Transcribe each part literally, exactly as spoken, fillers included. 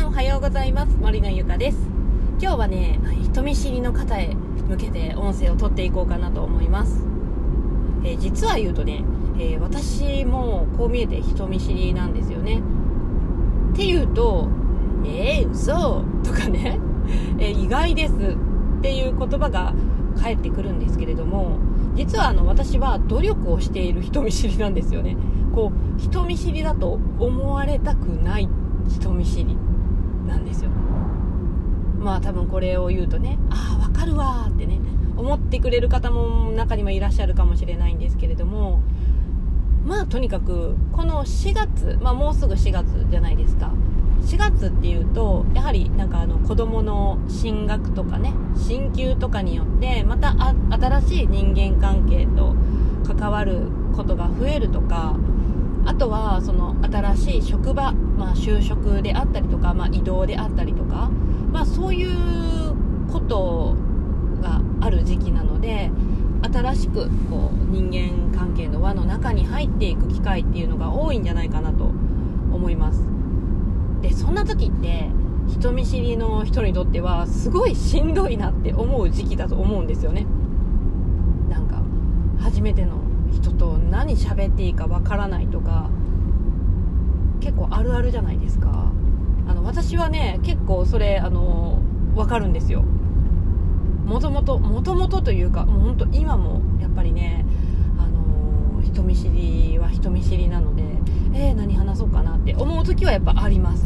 んおはようございます。森のゆかです。今日はね、人見知りの方へ向けて音声を取っていこうかなと思います。えー、実は言うとね、えー、私もこう見えて人見知りなんですよね。っていうと、えー、嘘とかね、えー、意外ですっていう言葉が返ってくるんですけれども、実はあの私は努力をしている人見知りなんですよね。こう人見知りだと思われたくない人見知りなんですよ。まあ多分これを言うとね、ああわかるわーってね思ってくれる方も中にはいらっしゃるかもしれないんですけれども、まあとにかくこのしがつ、まあもうすぐしがつじゃないですか。しがつっていうとやはりなんかあの子供の進学とかね、進級とかによってまたあ新しい人間関係と関わることが増えるとか、あとはその新しい職場、まあ、就職であったりとか、まあ、移動であったりとか、まあ、そういうことがある時期なので、新しくこう人間関係の輪の中に入っていく機会っていうのが多いんじゃないかなと思います。でそんな時って人見知りの人にとってはすごいしんどいなって思う時期だと思うんですよね。なんか初めての人と何喋っていいかわからないとか結構あるあるじゃないですか。あの私はね結構それあのわかるんですよ。もともともともとというかもう本当今もやっぱりね、あの人見知りは人見知りなので、えー、何話そうかなって思う時はやっぱあります。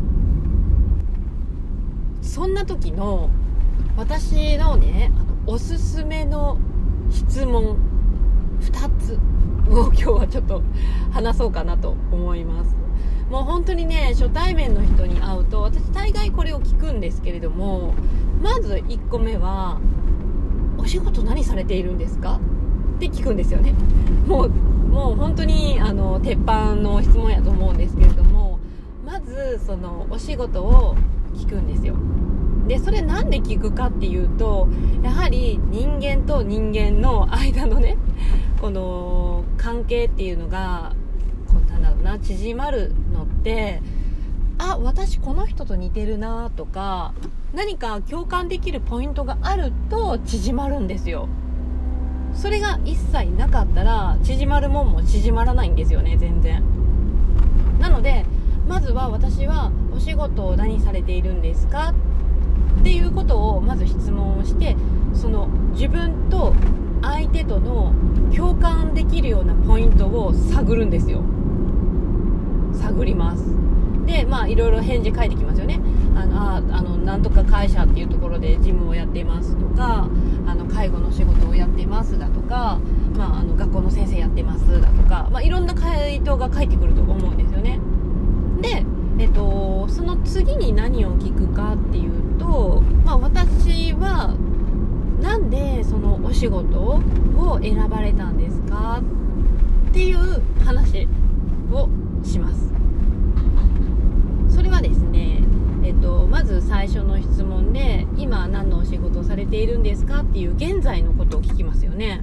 そんな時の私のねあのおすすめの質問ふたつを今日はちょっと話そうかなと思います。もう本当にね初対面の人に会うと私大概これを聞くんですけれども、まずいっこめはお仕事何されているんですかって聞くんですよね。もうもう本当にあの鉄板の質問やと思うんですけれども、まずそのお仕事を聞くんですよ。でそれなんで聞くかっていうと、やはり人間と人間の間のねこの関係っていうのがこうなんだろうな縮まるのって、あ私この人と似てるなとか何か共感できるポイントがあると縮まるんですよ。それが一切なかったら縮まるもんも縮まらないんですよね、全然。なのでまずは私はお仕事を何されているんですかっていうことをまず質問をして、その自分と相手との共感できるようなポイントを探るんですよ。探ります。でまあいろいろ返事返ってきますよね。あのああのなんとか会社っていうところで事務をやっていますとか、あの介護の仕事をやっていますだとか、まあ、あの学校の先生やってますだとか、まあ、いろんな回答が返ってくると思うんですよね。で、えっと、その次に何を聞くかっていうと、まあ、私はなんでそのお仕事を選ばれたんですかっていう話をします。それはですね、えっと、まず最初の質問で今何のお仕事をされているんですかっていう現在のことを聞きますよね。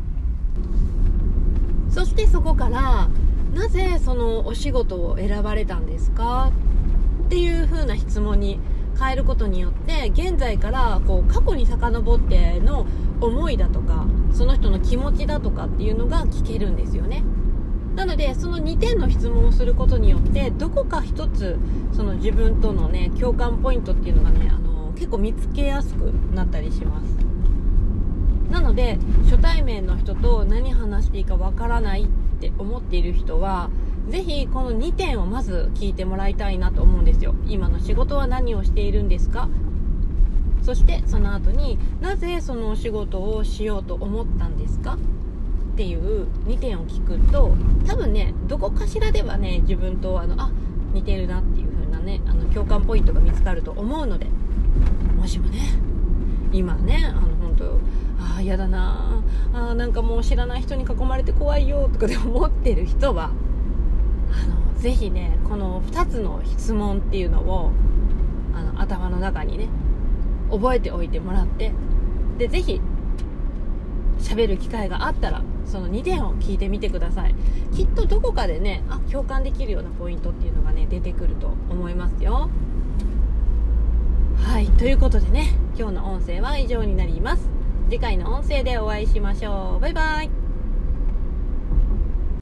そしてそこからなぜそのお仕事を選ばれたんですかっていう風な質問に変えることによって、現在からこう過去に遡っての思いだとかその人の気持ちだとかっていうのが聞けるんですよね。なのでそのにてんの質問をすることによってどこか一つその自分とのね共感ポイントっていうのがねあの結構見つけやすくなったりします。なので初対面の人と何話していいかわからないって思っている人はぜひこのにてんをまず聞いてもらいたいなと思うんですよ。今の仕事は何をしているんですか、そしてその後になぜそのお仕事をしようと思ったんですかっていうにてんを聞くと、多分ねどこかしらではね自分とあのあ似てるなっていう風なねあの共感ポイントが見つかると思うので、もしもね今ねあの本当あ嫌だなあなんかもう知らない人に囲まれて怖いよとかで思ってる人はあのぜひねこのふたつの質問っていうのをあの頭の中にね覚えておいてもらって、でぜひ喋る機会があったらそのにてんを聞いてみてください。きっとどこかでねあ共感できるようなポイントっていうのがね出てくると思いますよ。 ということでね、今日の音声は以上になります。次回の音声でお会いしましょう。バイバイ。